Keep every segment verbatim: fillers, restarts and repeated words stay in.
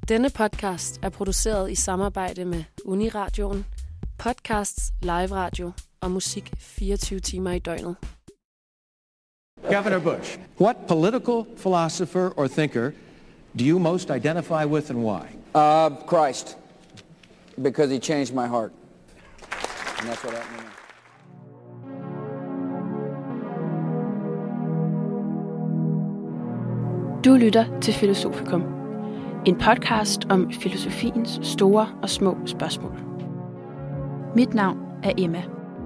Denne podcast er produceret i samarbejde med Uniradioen, podcasts, live radio og musik fireogtyve timer i døgnet. Governor Bush, what political philosopher or thinker do you most identify with and why? Uh, Christ, because he changed my heart. And that's what happened to me. Du lytter til Filosofikum, en podcast om filosofiens store og små spørgsmål. Mit navn er Emma.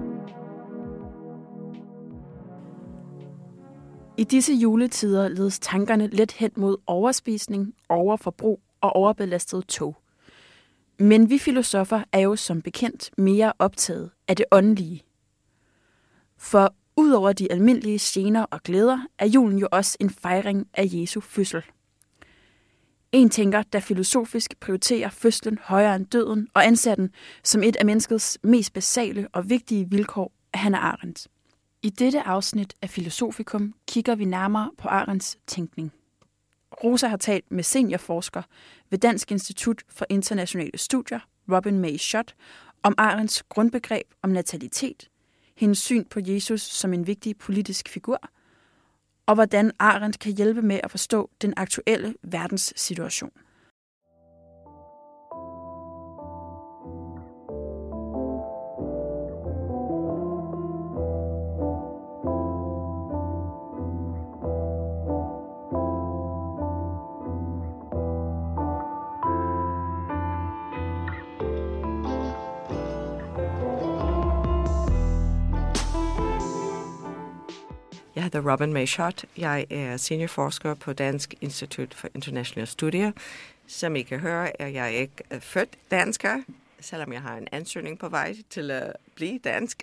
I disse juletider ledes tankerne let hen mod overspisning, overforbrug og overbelastede tog. Men vi filosofer er jo som bekendt mere optaget af det åndelige. For udover de almindelige gener og glæder, er julen jo også en fejring af Jesu fødsel. En tænker, der filosofisk prioriterer fødslen højere end døden og anser den som et af menneskets mest basale og vigtige vilkår, er Hannah Arendt. I dette afsnit af Filosofikum kigger vi nærmere på Arendts tænkning. Rosa har talt med seniorforsker ved Dansk Institut for Internationale Studier, Robin May Schott, om Arendts grundbegreb om natalitet, hendes syn på Jesus som en vigtig politisk figur, og hvordan Arendt kan hjælpe med at forstå den aktuelle verdenssituation. Jeg hedder Robin May Schott. Jeg er seniorforsker på Dansk Institut for Internationale Studier. Som I kan høre, er jeg ikke født dansker, selvom jeg har en ansøgning på vej til at blive dansk.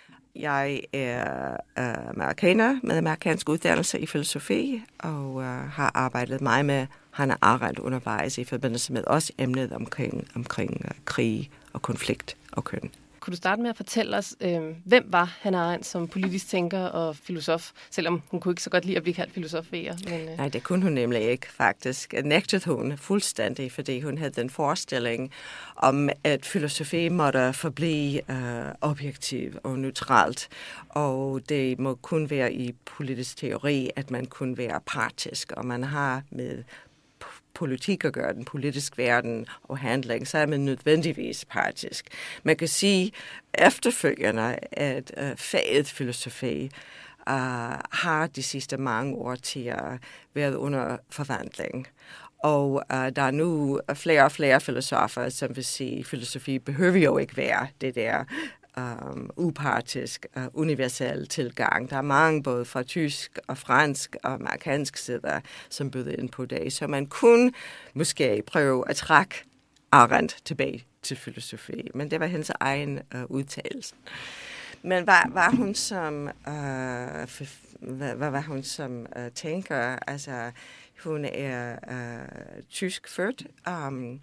Jeg er uh, amerikaner med amerikansk uddannelse i filosofi, og uh, har arbejdet meget med Hannah Arendt undervejs i forbindelse med også emnet omkring, omkring uh, krig og konflikt og køn. Kunne du starte med at fortælle os, øh, hvem var Hannah Arendt som politisk tænker og filosof, selvom hun kunne ikke så godt lide at blive kaldt filosof ved jer? Men, øh... Nej, det kunne hun nemlig ikke faktisk. Nægtede hun fuldstændig, fordi hun havde den forestilling om, at filosofi måtte forblive øh, objektiv og neutralt, og det må kun være i politisk teori, at man kunne være partisk, og man har med politik at gøre, den politiske verden og handling, så er man nødvendigvis partisk. Man kan sige efterfølgende, at uh, faget filosofi uh, har de sidste mange årtier været under forvandling. Og uh, der er nu flere og flere filosofer, som vil sige, at filosofi behøver jo ikke være det der Um, upartisk, uh, universel tilgang. Der er mange både fra tysk og fransk og amerikansk side, som byder ind på det. Så man kunne måske prøve at trække Arendt tilbage til filosofi. Men det var hendes egen uh, udtalelse. Men hvad var hun som, uh, hvad, hvad var hun som uh, tænker? Altså, hun er uh, tysk født, um,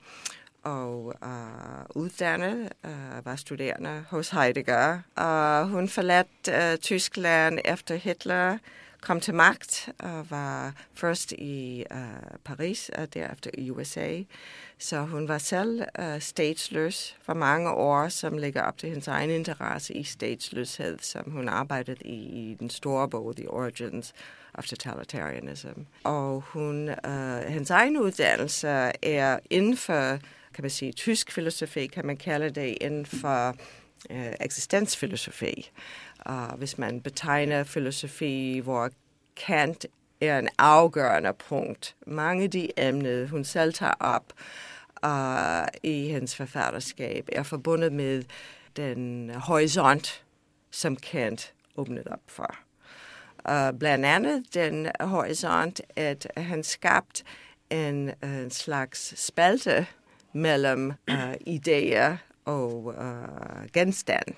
og uh, uddannet, uh, var studerende hos Heidegger. Uh, hun forladt uh, Tyskland efter Hitler kom til magt, og var først i uh, Paris og derefter i U S A. Så hun var selv uh, statsløs for mange år, som ligger op til hendes egen interesse i statsløshed, som hun arbejdede i, i den store bog, The Origins of Totalitarianism. Og hun, uh, hendes egen uddannelse er inden for, kan man sige, tysk filosofi, kan man kalde det, inden for øh, eksistensfilosofi. Uh, hvis man betegner filosofi, hvor Kant er en afgørende punkt. Mange af de emner, hun selv tager op uh, i hendes forfatterskab, er forbundet med den horisont, som Kant åbnede op for. Uh, blandt andet den horisont, at han skabte en, en slags spalte mellem uh, idéer og uh, genstand.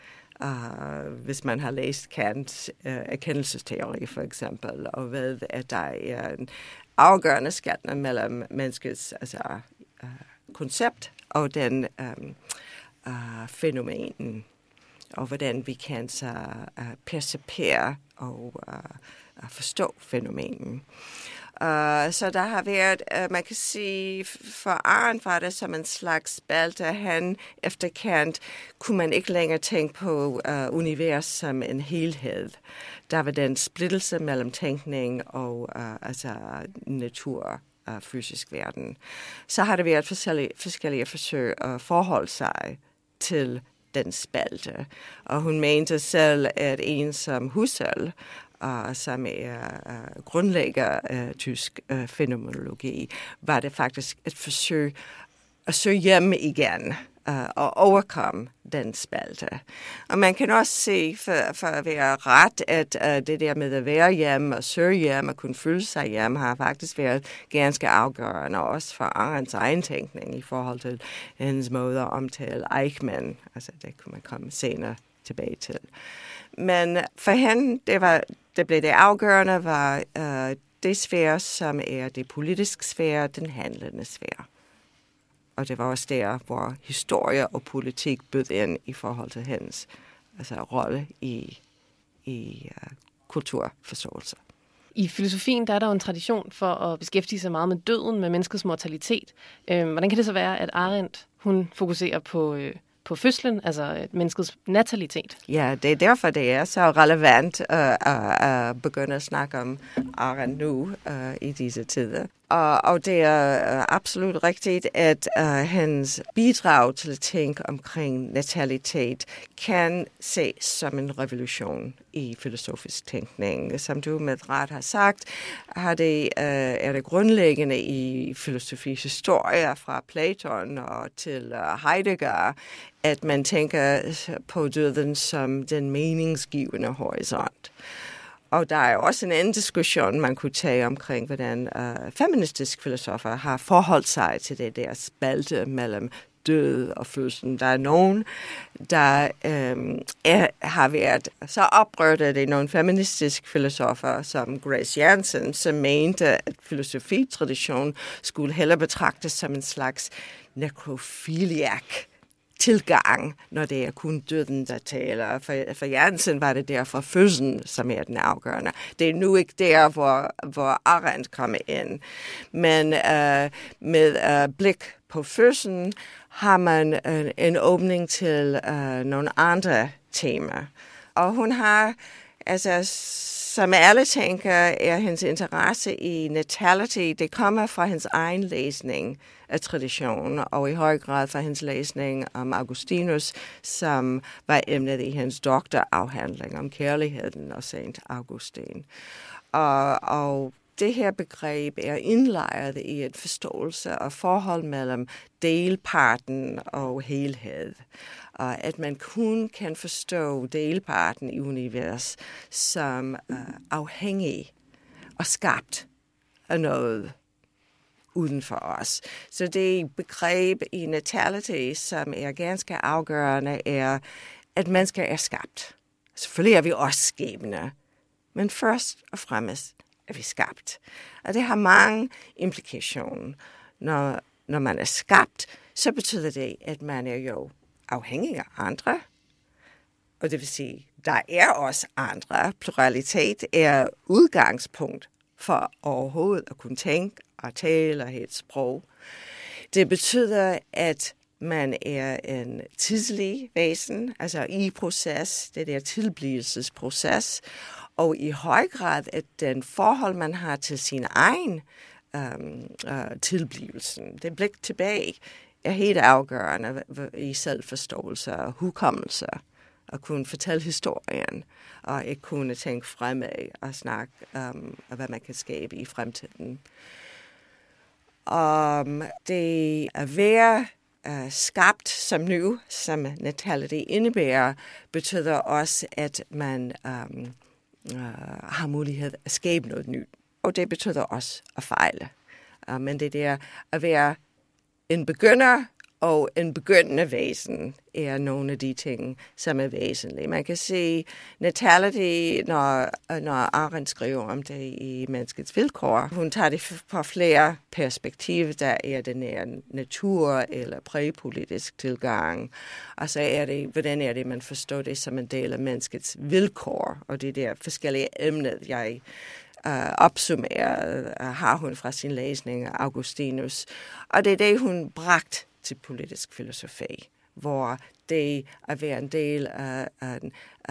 Uh, hvis man har læst Kants uh, erkendelsesteori for eksempel, og ved, at der er en afgørende skelnen mellem menneskets altså, uh, koncept og den um, uh, fænomenen, og hvordan vi kan så uh, percipere og uh, forstå fænomenen. Uh, så der har været, uh, man kan sige, for Arendt var det som en slags spalte. Han efter Kant kunne man ikke længere tænke på uh, univers som en helhed. Der var den splittelse mellem tænkning og uh, altså natur og fysisk verden. Så har det været forskellige, forskellige forsøg at forholde sig til den spalte. Og hun mente selv, at en som Husserl, Uh, som er uh, grundlægger uh, tysk uh, fænomenologi, var det faktisk et forsøg at søge hjem igen uh, og overkomme den spalte. Og man kan også se, for, for at være ret, at uh, det der med at være hjemme og søge hjem og kunne føle sig hjemme, har faktisk været ganske afgørende, også for Arendts egen tænkning i forhold til hendes måde at omtale Eichmann. Altså det kunne man komme senere tilbage til. Men for hende, det var det blev det afgørende, var øh, det sfære, som er det politiske sfære, den handlende sfære. Og det var også der, hvor historie og politik bød ind i forhold til hendes altså, rolle i, i uh, kulturforståelse. I filosofien der er der jo en tradition for at beskæftige sig meget med døden, med menneskets mortalitet. Øh, hvordan kan det så være, at Arendt hun fokuserer på øh, på fødslen, altså menneskets natalitet? Ja, det er derfor, det er så relevant at, at, at begynde at snakke om Arendt nu uh, i disse tider. Og, og det er uh, absolut rigtigt, at uh, hans bidrag til at tænke omkring natalitet kan ses som en revolution i filosofisk tænkning. Som du med ret har sagt, har det, uh, er det grundlæggende i filosofis historie fra Platon og til uh, Heidegger, at man tænker på døden som den meningsgivende horisont. Og der er også en anden diskussion, man kunne tage omkring, hvordan uh, feministiske filosofer har forholdt sig til det der spalte mellem død og fødslen. Der er nogen, der øhm, er, har været så oprørt af det, nogle feministiske filosofer som Grace Jansen, som mente, at filosofitraditionen skulle hellere betragtes som en slags nekrofiliak tilgang, når det er kun døden, der taler. For, for Jansen var det derfor fødslen, som er den afgørende. Det er nu ikke der, hvor, hvor Arendt kommer ind. Men uh, med uh, blik på fødslen har man uh, en åbning til uh, nogle andre temaer. Og hun har, altså som alle tænker, er hendes interesse i natality, det kommer fra hendes egen læsning af traditionen, og i høj grad fra hendes læsning om Augustinus, som var emnet i hendes doktorafhandling om kærligheden og Sankt Augustin. Og, og det her begreb er indlejret i et forståelse og forhold mellem delparten og helhed. Og at man kun kan forstå delparten i univers som uh, afhængig og skabt af noget uden for os. Så det begreb i natality, som er ganske afgørende, er, at mennesker er skabt. Selvfølgelig er vi også skæbne, men først og fremmest er vi skabt. Og det har mange implikationer. Når, når man er skabt, så betyder det, at man er jo afhængig af andre. Og det vil sige, der er også andre. Pluralitet er udgangspunkt for overhovedet at kunne tænke og tale og have et sprog. Det betyder, at man er en tidslig væsen, altså i proces, det der tilblivelsesproces, og i høj grad, at den forhold, man har til sin egen um, uh, tilblivelsen, det blik tilbage, er helt afgørende i selvforståelse og hukommelse, at kunne fortælle historien, og ikke kunne tænke fremad og snakke um, om, hvad man kan skabe i fremtiden. Um, det at være uh, skabt som nu, som natality indebærer, betyder også, at man um, uh, har mulighed at skabe noget nyt. Og det betyder også at fejle. Uh, men det der at være en begynder og en begyndende væsen er nogle af de ting, som er væsentlige. Man kan se natality, når, når Arendt skriver om det i Menneskets vilkår. Hun tager det på flere perspektiver. Der er den her natur- eller præpolitisk tilgang. Og så er det, hvordan er det, man forstår det som en del af menneskets vilkår. Og det der forskellige emner, jeg uh, opsummeret uh, har hun fra sin læsning af Augustinus. Og det er det, hun bragt til politisk filosofi, hvor det at være en del af en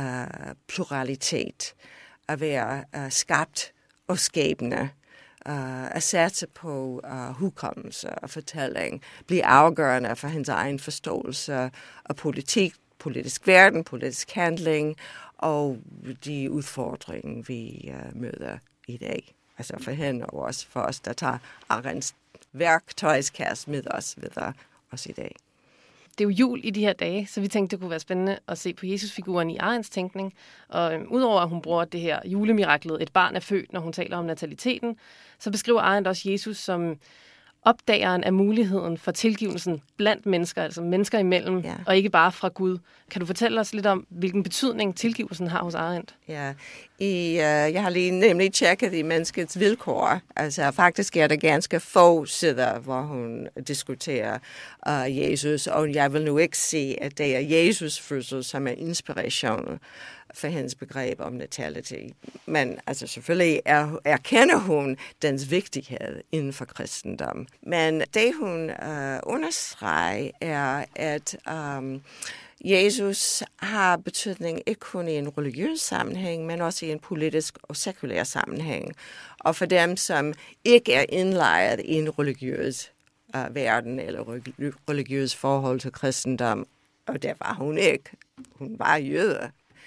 pluralitet, at være uh, skabt og skabende, uh, at satse på uh, hukommelse og fortælling, blive afgørende for hendes egen forståelse af politik, politisk verden, politisk handling og de udfordringer, vi uh, møder i dag. Altså for hende og også for os, der tager Arendts værktøjskasse med os videre også i dag. Det er jo jul i de her dage, så vi tænkte, det kunne være spændende at se på Jesusfiguren i Arendts tænkning. Og øhm, udover at hun bruger det her julemiraklet, et barn er født, når hun taler om nataliteten, så beskriver Arendt også Jesus som opdageren af muligheden for tilgivelsen blandt mennesker, altså mennesker imellem, ja. Og ikke bare fra Gud. Kan du fortælle os lidt om, hvilken betydning tilgivelsen har hos Arendt? Ja, I, uh, jeg har lige nemlig tjekket i menneskets vilkår. Altså faktisk er der ganske få sider, hvor hun diskuterer uh, Jesus, og jeg vil nu ikke sige, at det er Jesus fødsel, som er inspiration for hendes begreb om natalitet. Men altså selvfølgelig er, erkender hun dens vigtighed inden for kristendom. Men det hun uh, understreger er, at um, Jesus har betydning ikke kun i en religiøs sammenhæng, men også i en politisk og sekulær sammenhæng. Og for dem, som ikke er indlejret i en religiøs uh, verden eller religiøs forhold til kristendom, og det var hun ikke. Hun var jøde.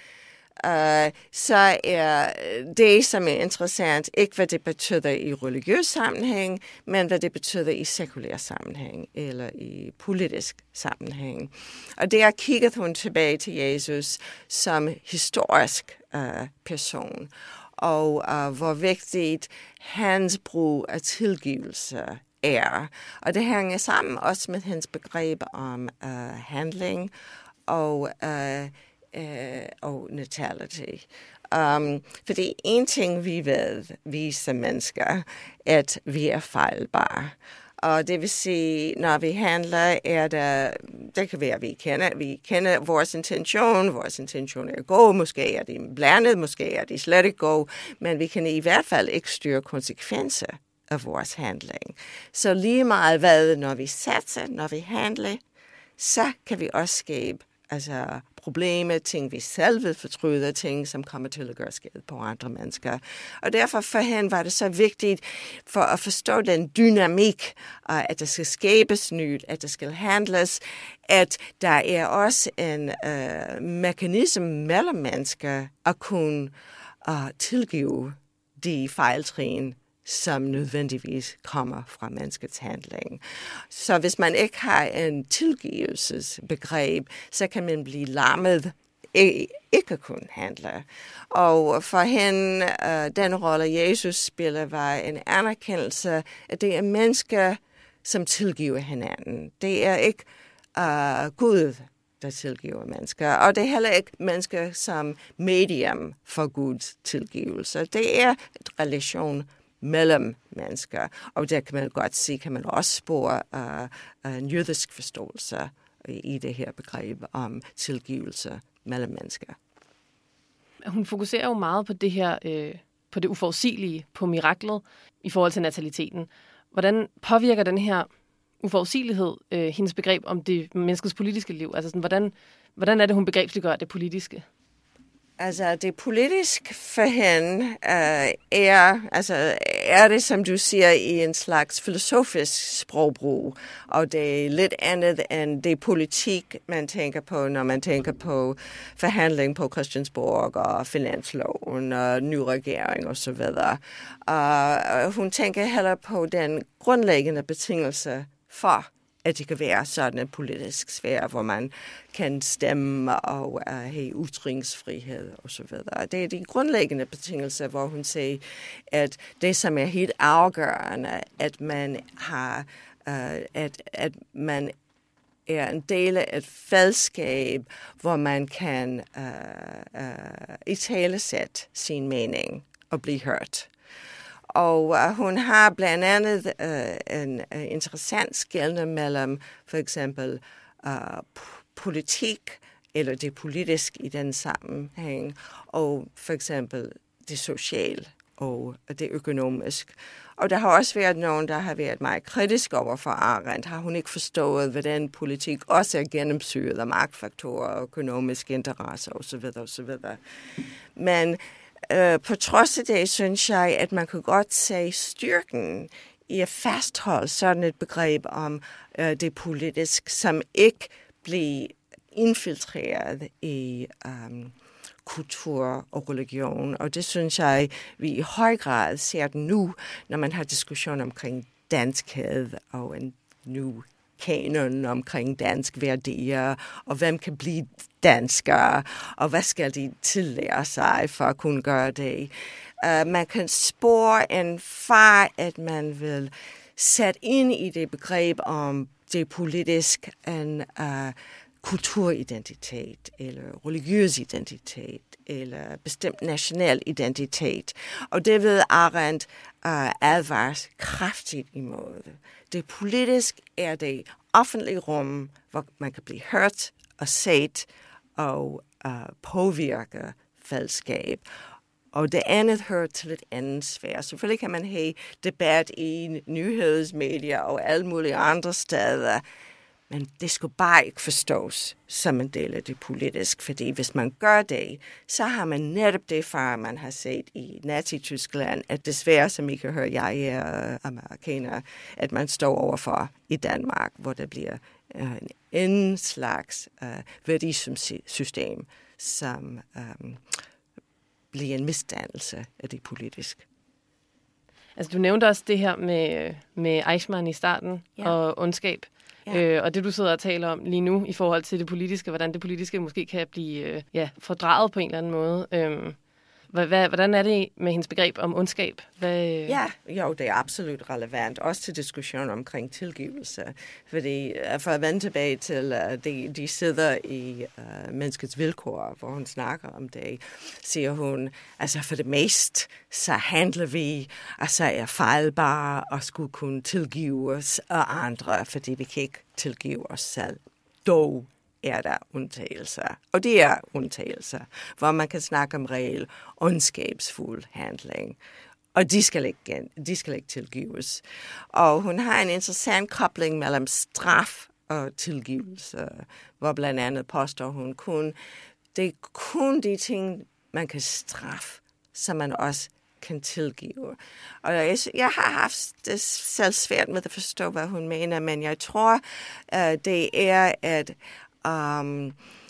Uh, så er det, som er interessant, ikke hvad det betyder i religiøs sammenhæng, men hvad det betyder i sekulær sammenhæng eller i politisk sammenhæng. Og der kiggede hun tilbage til Jesus som historisk uh, person, og uh, hvor vigtigt hans brug af tilgivelse er. Og det hænger sammen også med hendes begreb om uh, handling og uh, Uh, og natalitet. Um, fordi en ting vi ved, vi som mennesker, at vi er fejlbare. Og det vil sige, når vi handler, er der, det kan være, at vi kender, vi kender vores intention, vores intention er god, måske er de blandet, måske er de slet ikke god, men vi kan i hvert fald ikke styre konsekvenser af vores handling. Så lige meget hvad, når vi satser, når vi handler, så kan vi også skabe altså problemer, ting vi selv vil fortryde, ting som kommer til at gøre skade på andre mennesker. Og derfor for hende var det så vigtigt for at forstå den dynamik, at der skal skabes nyt, at der skal handles, at der er også en uh, mekanisme mellem mennesker at kunne uh, tilgive de fejltrin, som nødvendigvis kommer fra menneskets handling. Så hvis man ikke har en tilgivelsesbegreb, så kan man blive lammet, ikke, ikke kun handle. Og for hende, uh, den rolle Jesus spiller, var en anerkendelse, at det er mennesker, som tilgiver hinanden. Det er ikke uh, Gud, der tilgiver mennesker, og det er heller ikke mennesker som medium for Guds tilgivelse. Det er et relation mellem mennesker, og der kan man godt se, kan man også spore uh, en jødisk forståelse i det her begreb om tilgivelse mellem mennesker. Hun fokuserer jo meget på det her, øh, på det uforudsigelige, på miraklet i forhold til nataliteten. Hvordan påvirker den her uforudsigelighed øh, hendes begreb om det menneskets politiske liv? Altså sådan, hvordan, hvordan er det, hun begrebsliggør det politiske? Altså, det politiske for hende uh, er, altså, er det, som du siger, i en slags filosofisk sprogbrug, og det er lidt andet end det politik, man tænker på, når man tænker på forhandling på Christiansborg og finansloven og ny regering og så videre. Uh, hun tænker heller på den grundlæggende betingelse for, at det kan være sådan en politisk sfære, hvor man kan stemme og uh, have ytringsfrihed og så videre. Det er de grundlæggende betingelser, hvor hun siger, at det, som er helt afgørende, at man har, uh, at, at man er en del af et fællesskab, hvor man kan uh, uh, italesætte sin mening og blive hørt. Og uh, hun har blandt andet uh, en uh, interessant skelne mellem for eksempel uh, p- politik eller det politiske i den sammenhæng, og for eksempel det sociale og det økonomisk. Og der har også været nogen, der har været meget kritisk over for Arendt. Har hun ikke forstået, hvordan politik også er gennemsyret af magtfaktorer, økonomiske interesser osv. osv. Men øh, på trods af det, synes jeg, at man kan godt se styrken i at fastholde sådan et begreb om øh, det politisk, som ikke bliver infiltreret i um, kultur og religion. Og det synes jeg, vi i høj grad ser det nu, når man har diskussion omkring danskhed og en nu kanon omkring dansk værdier, og hvem kan blive danskere, og hvad skal de tillære sig for at kunne gøre det. Uh, man kan spore en far, at man vil sætte ind i det begreb om det politisk en uh, kulturidentitet, eller religiøs identitet, eller bestemt national identitet. Og det vil Arendt uh, advares kraftigt imod. Det politisk er det offentlige rum, hvor man kan blive hørt og set og uh, påvirke fællesskab. Og det andet hører til et andet sfære. Selvfølgelig kan man have debat i nyhedsmedier og alle mulige andre steder, men det skulle bare ikke forstås som en del af det politisk, fordi hvis man gør det, så har man netop det far, man har set i Nazi-Tyskland, at desværre, som I kan høre, jeg er amerikaner, at man står overfor i Danmark, hvor der bliver uh, en slags uh, værdisystem, som um, bliver en misdannelse af det politisk. Altså, du nævnte også det her med, med Eichmann i starten, ja. Og ondskab. Ja. Øh, og det, du sidder og taler om lige nu i forhold til det politiske, hvordan det politiske måske kan blive øh, ja, fordraget på en eller anden måde. Øh, hvad, hvordan er det med hendes begreb om ondskab? Hvad, øh... Ja, jo, det er absolut relevant, også til diskussion omkring tilgivelse. Fordi, for at vende tilbage til, uh, de, de sidder i uh, Menneskets Vilkår, hvor hun snakker om det, siger hun, altså for det meste, så handler vi, altså er fejlbare og skulle kunne tilgive os og andre, fordi vi kan ikke tilgive os selv. Dog er der undtagelser, og det er undtagelser, hvor man kan snakke om regel ondskabsfuld handling. Og de skal, ikke, de skal ikke tilgives. Og hun har en interessant kobling mellem straf og tilgivelse, hvor blandt andet påstår hun kun, det er kun de ting, man kan straffe, som man også kan tilgive. Og jeg, jeg har haft det selv svært med at forstå, hvad hun mener, men jeg tror, uh, det er, at Um,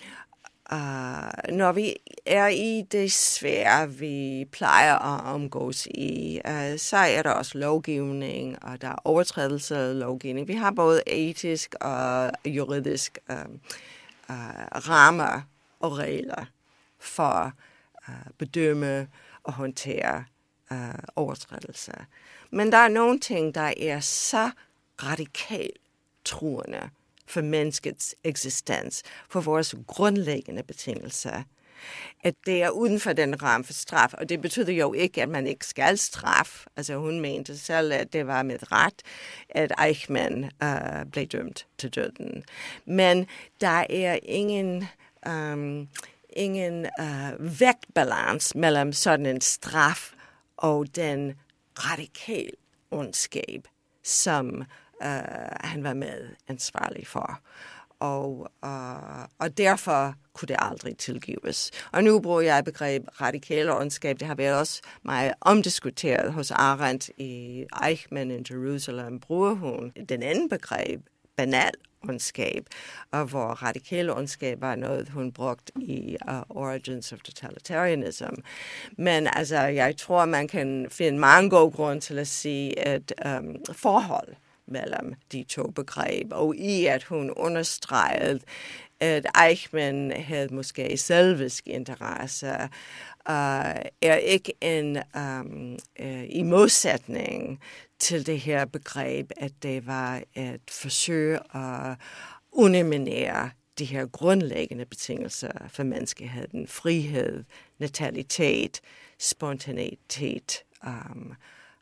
uh, når vi er i det sfære, vi plejer at omgås i, uh, så er der også lovgivning, og der er overtrædelse af lovgivning. Vi har både etisk og juridisk uh, uh, rammer og regler for at uh, bedømme og håndtere uh, overtrædelser. Men der er nogle ting, der er så radikalt truende for menneskets eksistens, for vores grundlæggende betingelser, at det er uden for den ramme for straf. Og det betyder jo ikke, at man ikke skal straffe. Altså hun mente selv, at det var med ret, at Eichmann uh, blev dømt til døden. Men der er ingen, um, ingen uh, vægtbalance mellem sådan en straf og den radikal ondskab, som Uh, han var med ansvarlig for. Og, uh, og derfor kunne det aldrig tilgives. Og nu bruger jeg begreb radikal ondskab. Det har været også meget omdiskuteret hos Arendt i Eichmann in Jerusalem. Bruger hun den anden begreb, banal ondskab, og hvor radikal ondskab var noget, hun brugte i uh, Origins of Totalitarianism. Men altså, jeg tror, man kan finde mange gode grunde til at sige, at um, forhold mellem de to begreb, og i at hun understregede, at Eichmann havde måske selvisk interesse, uh, er ikke en um, uh, i modsætning til det her begreb, at det var et forsøg at underminere de her grundlæggende betingelser for menneskeheden. Frihed, natalitet, spontanitet, um,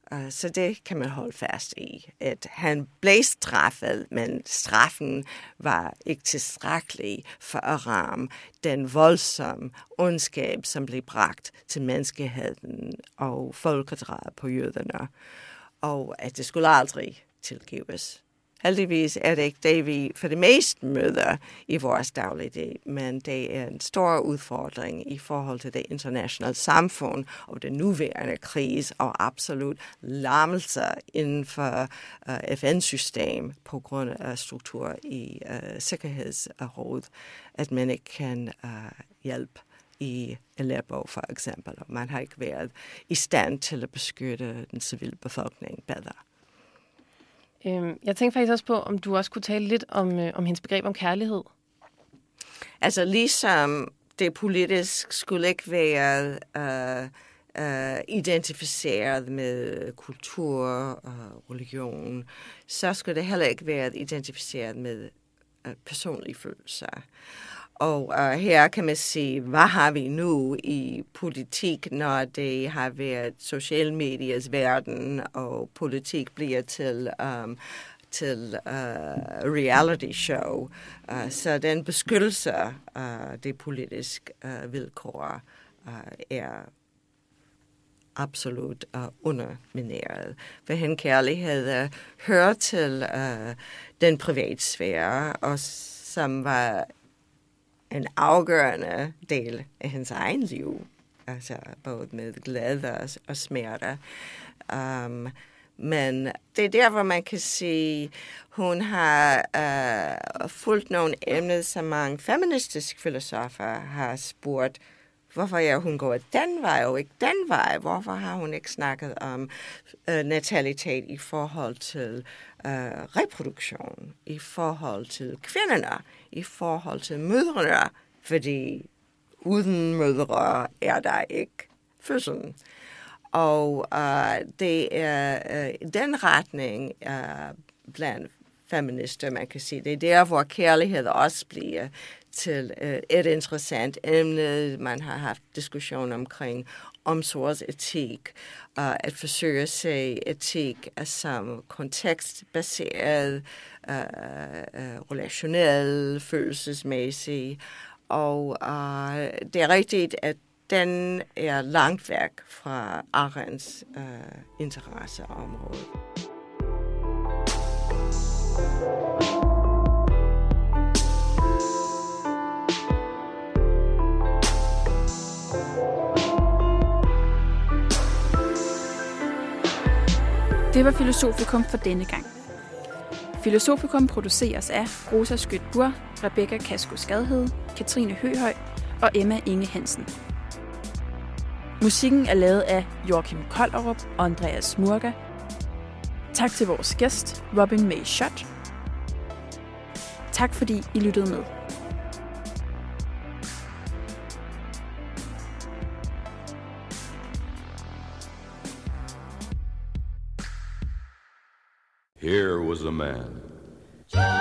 Uh, så det kan man holde fast i, at han blev straffet, men straffen var ikke tilstrækkelig for at ramme den voldsomme ondskab, som blev bragt til menneskeheden og folkedrab på jøderne, og at det skulle aldrig tilgives. Heldigvis er det ikke det, vi for det meste møder i vores dagligdag, men det er en stor udfordring i forhold til det internationale samfund og den nuværende krise og absolut lammelser inden for uh, F N-system på grund af struktur i uh, Sikkerhedsrådet, at man ikke kan uh, hjælpe i Aleppo for eksempel. Man har ikke været i stand til at beskytte den civile befolkning bedre. Jeg tænkte faktisk også på, om du også kunne tale lidt om, øh, om hendes begreb om kærlighed. Altså ligesom det politisk skulle ikke være uh, uh, identificeret med kultur og religion, så skulle det heller ikke være identificeret med uh, personlige følelser. Og uh, her kan man sige, hvad har vi nu i politik, når det har været sociale mediers verden, og politik bliver til, um, til uh, reality show. Uh, så den beskyttelse af det politiske uh, vilkår uh, er absolut uh, undermineret. For hen kærlighed uh, hører til uh, den privatsfære, og som var en afgørende del af hendes egen liv, altså både med glæde og, og smerte. Um, men det er der, hvor man kan sige, hun har uh, fulgt nogle emner, som mange feministiske filosofer har spurgt, hvorfor er hun går den vej og ikke den vej? Hvorfor har hun ikke snakket om uh, natalitet i forhold til uh, reproduktion, i forhold til kvinderne, i forhold til mødrene? Fordi uden mødre er der ikke fødslen. Og uh, det er uh, den retning uh, blandt feminister, man kan sige. Det er der, hvor kærlighed også bliver til uh, et interessant emne. Man har haft diskussion omkring omsorgsetik, uh, at forsøge at se etik som kontekstbaseret, uh, uh, relationel, følelsesmæssig. Og uh, det er rigtigt, at den er langt væk fra Arendts uh, interesseområde. Det var Filosofikum for denne gang. Filosofikum produceres af Rosa Skødt-Bur, Rebecca Kasko-Skadhed, Katrine Høhøj og Emma Inge Hansen. Musikken er lavet af Joachim Kolderup og Andreas Smurga. Tak til vores gæst, Robin May Schott. Tak fordi I lyttede med. Here was a man